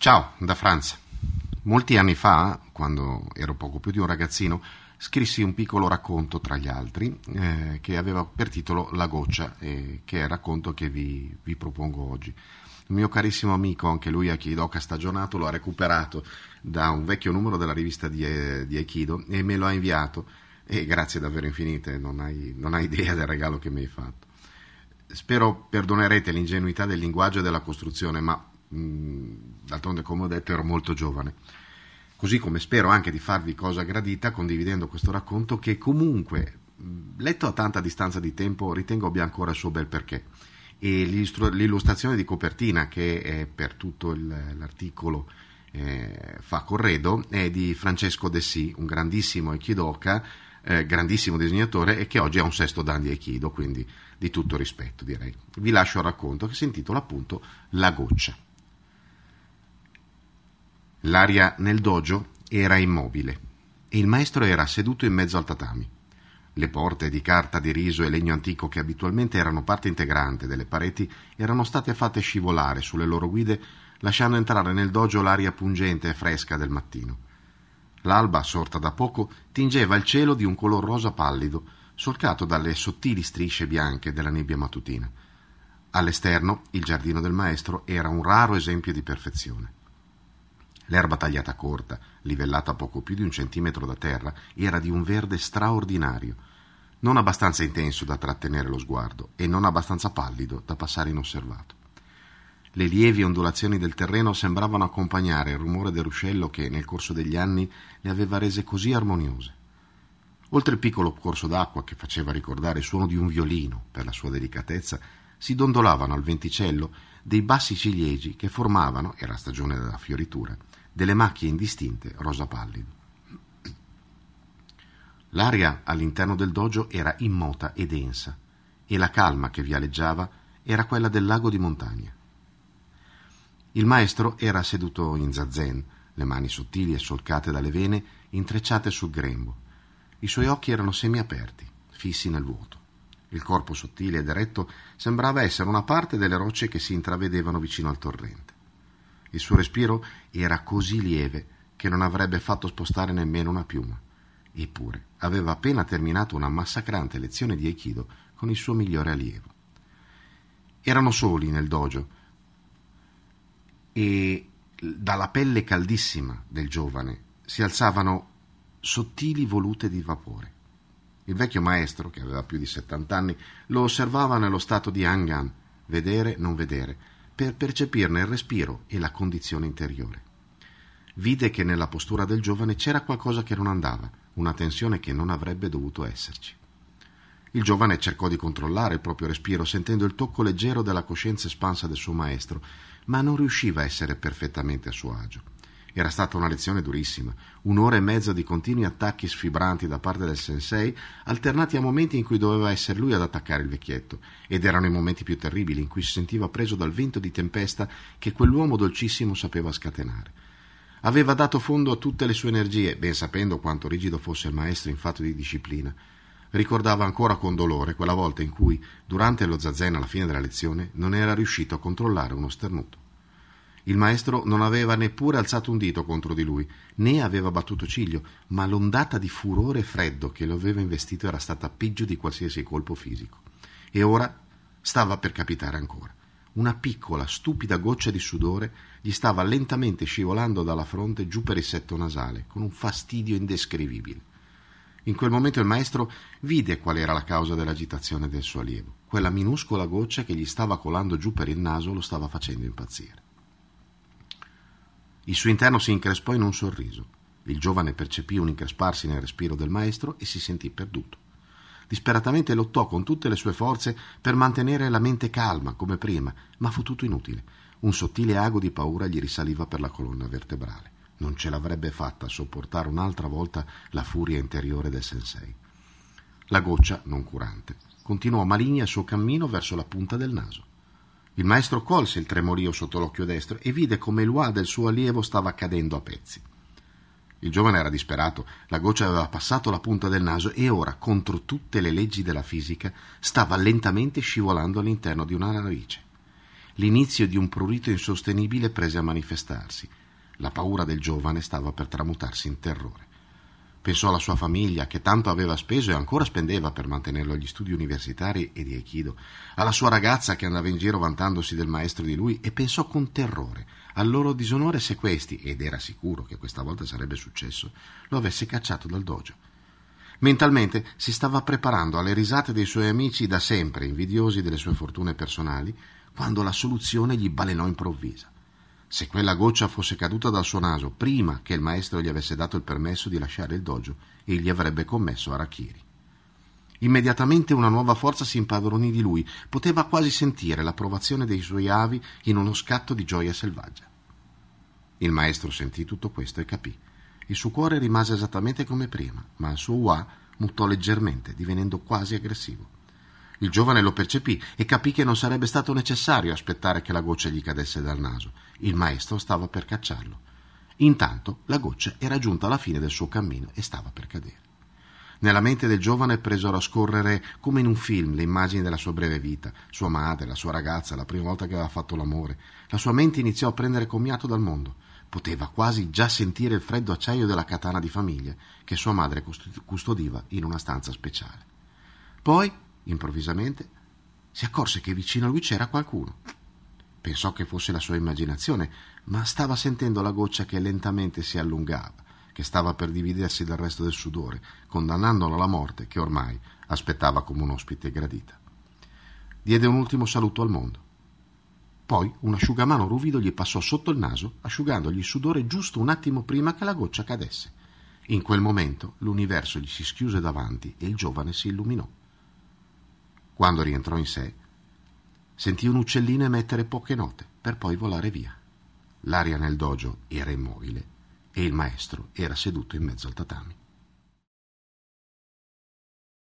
Ciao, da Franz. Molti anni fa, quando ero poco più di un ragazzino, scrissi un piccolo racconto tra gli altri che aveva per titolo La goccia, che è il racconto che vi propongo oggi. Il mio carissimo amico, anche lui Aikidoka stagionato, lo ha recuperato da un vecchio numero della rivista di Aikido e me lo ha inviato, e grazie davvero infinite, non hai idea del regalo che mi hai fatto. Spero perdonerete l'ingenuità del linguaggio e della costruzione, ma d'altronde, come ho detto, ero molto giovane. Così come spero anche di farvi cosa gradita condividendo questo racconto che comunque, letto a tanta distanza di tempo, ritengo abbia ancora il suo bel perché. E l'illustrazione di copertina, che è per tutto l'articolo fa corredo, è di Francesco Dessì, un grandissimo Aikidoka, grandissimo disegnatore, e che oggi ha un sesto dan di Aikido, quindi di tutto rispetto, direi. Vi lascio il racconto che si intitola appunto La goccia. L'aria nel dojo era immobile e il maestro era seduto in mezzo al tatami. Le porte di carta di riso e legno antico, che abitualmente erano parte integrante delle pareti, erano state fatte scivolare sulle loro guide, lasciando entrare nel dojo l'aria pungente e fresca del mattino. L'alba, sorta da poco, tingeva il cielo di un color rosa pallido, solcato dalle sottili strisce bianche della nebbia mattutina. All'esterno, il giardino del maestro era un raro esempio di perfezione. L'erba tagliata corta, livellata a poco più di 1 centimetro da terra, era di un verde straordinario, non abbastanza intenso da trattenere lo sguardo e non abbastanza pallido da passare inosservato. Le lievi ondulazioni del terreno sembravano accompagnare il rumore del ruscello che, nel corso degli anni, le aveva rese così armoniose. Oltre il piccolo corso d'acqua, che faceva ricordare il suono di un violino per la sua delicatezza, si dondolavano al venticello dei bassi ciliegi che formavano, era stagione della fioritura, delle macchie indistinte rosa pallido. L'aria all'interno del dojo era immota e densa, e la calma che vi aleggiava era quella del lago di montagna. Il maestro era seduto in zazen, le mani sottili e solcate dalle vene intrecciate sul grembo. I suoi occhi erano semiaperti, fissi nel vuoto. Il corpo sottile ed eretto sembrava essere una parte delle rocce che si intravedevano vicino al torrente. Il suo respiro era così lieve che non avrebbe fatto spostare nemmeno una piuma. Eppure aveva appena terminato una massacrante lezione di Aikido con il suo migliore allievo. Erano soli nel dojo e dalla pelle caldissima del giovane si alzavano sottili volute di vapore. Il vecchio maestro, che aveva più di 70 anni, lo osservava nello stato di Angan, vedere, non vedere, per percepirne il respiro e la condizione interiore. Vide che nella postura del giovane c'era qualcosa che non andava, una tensione che non avrebbe dovuto esserci. Il giovane cercò di controllare il proprio respiro, sentendo il tocco leggero della coscienza espansa del suo maestro, ma non riusciva a essere perfettamente a suo agio. Era stata una lezione durissima, 1 ora e mezza di continui attacchi sfibranti da parte del sensei, alternati a momenti in cui doveva essere lui ad attaccare il vecchietto, ed erano i momenti più terribili in cui si sentiva preso dal vento di tempesta che quell'uomo dolcissimo sapeva scatenare. Aveva dato fondo a tutte le sue energie, ben sapendo quanto rigido fosse il maestro in fatto di disciplina. Ricordava ancora con dolore quella volta in cui, durante lo zazen alla fine della lezione, non era riuscito a controllare uno sternuto. Il maestro non aveva neppure alzato un dito contro di lui, né aveva battuto ciglio, ma l'ondata di furore e freddo che lo aveva investito era stata peggio di qualsiasi colpo fisico. E ora stava per capitare ancora. Una piccola, stupida goccia di sudore gli stava lentamente scivolando dalla fronte giù per il setto nasale, con un fastidio indescrivibile. In quel momento il maestro vide qual era la causa dell'agitazione del suo allievo. Quella minuscola goccia che gli stava colando giù per il naso lo stava facendo impazzire. Il suo interno si increspò in un sorriso. Il giovane percepì un incresparsi nel respiro del maestro e si sentì perduto. Disperatamente lottò con tutte le sue forze per mantenere la mente calma come prima, ma fu tutto inutile. Un sottile ago di paura gli risaliva per la colonna vertebrale. Non ce l'avrebbe fatta a sopportare un'altra volta la furia interiore del sensei. La goccia, non curante, continuò maligna il suo cammino verso la punta del naso. Il maestro colse il tremorio sotto l'occhio destro e vide come l'uà del suo allievo stava cadendo a pezzi. Il giovane era disperato, la goccia aveva passato la punta del naso e ora, contro tutte le leggi della fisica, stava lentamente scivolando all'interno di una narice. l'inizio di un prurito insostenibile prese a manifestarsi. La paura del giovane stava per tramutarsi in terrore. Pensò alla sua famiglia, che tanto aveva speso e ancora spendeva per mantenerlo agli studi universitari e di Aikido, alla sua ragazza che andava in giro vantandosi del maestro di lui, e pensò con terrore al loro disonore se questi, ed era sicuro che questa volta sarebbe successo, lo avesse cacciato dal dojo. Mentalmente si stava preparando alle risate dei suoi amici da sempre invidiosi delle sue fortune personali, quando la soluzione gli balenò improvvisa. Se quella goccia fosse caduta dal suo naso prima che il maestro gli avesse dato il permesso di lasciare il dojo, egli avrebbe commesso harakiri. Immediatamente una nuova forza si impadronì di lui, poteva quasi sentire l'approvazione dei suoi avi in uno scatto di gioia selvaggia. Il maestro sentì tutto questo e capì. Il suo cuore rimase esattamente come prima, ma il suo wa mutò leggermente, divenendo quasi aggressivo. Il giovane lo percepì e capì che non sarebbe stato necessario aspettare che la goccia gli cadesse dal naso. Il maestro stava per cacciarlo. Intanto la goccia era giunta alla fine del suo cammino e stava per cadere. Nella mente del giovane presero a scorrere come in un film le immagini della sua breve vita, sua madre, la sua ragazza, la prima volta che aveva fatto l'amore. La sua mente iniziò a prendere commiato dal mondo. Poteva quasi già sentire il freddo acciaio della katana di famiglia che sua madre custodiva in una stanza speciale. Poi, improvvisamente, si accorse che vicino a lui c'era qualcuno. Pensò che fosse la sua immaginazione, ma stava sentendo la goccia che lentamente si allungava, che stava per dividersi dal resto del sudore, condannandolo alla morte che ormai aspettava come un ospite gradita. Diede un ultimo saluto al mondo. Poi un asciugamano ruvido gli passò sotto il naso, asciugandogli il sudore giusto un attimo prima che la goccia cadesse. In quel momento l'universo gli si schiuse davanti e il giovane si illuminò. Quando rientrò in sé, sentì un uccellino emettere poche note per poi volare via. L'aria nel dojo era immobile e il maestro era seduto in mezzo al tatami.